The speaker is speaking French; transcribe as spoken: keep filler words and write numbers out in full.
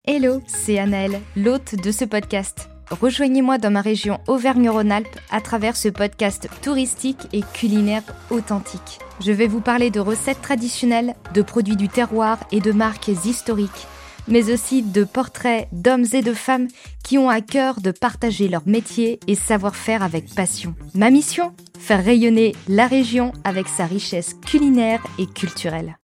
Hello, c'est Anaëlle, l'hôte de ce podcast. Rejoignez-moi dans ma région Auvergne-Rhône-Alpes à travers ce podcast touristique et culinaire authentique. Je vais vous parler de recettes traditionnelles, de produits du terroir et de marques historiques, mais aussi de portraits d'hommes et de femmes qui ont à cœur de partager leur métier et savoir-faire avec passion. Ma mission ? Faire rayonner la région avec sa richesse culinaire et culturelle.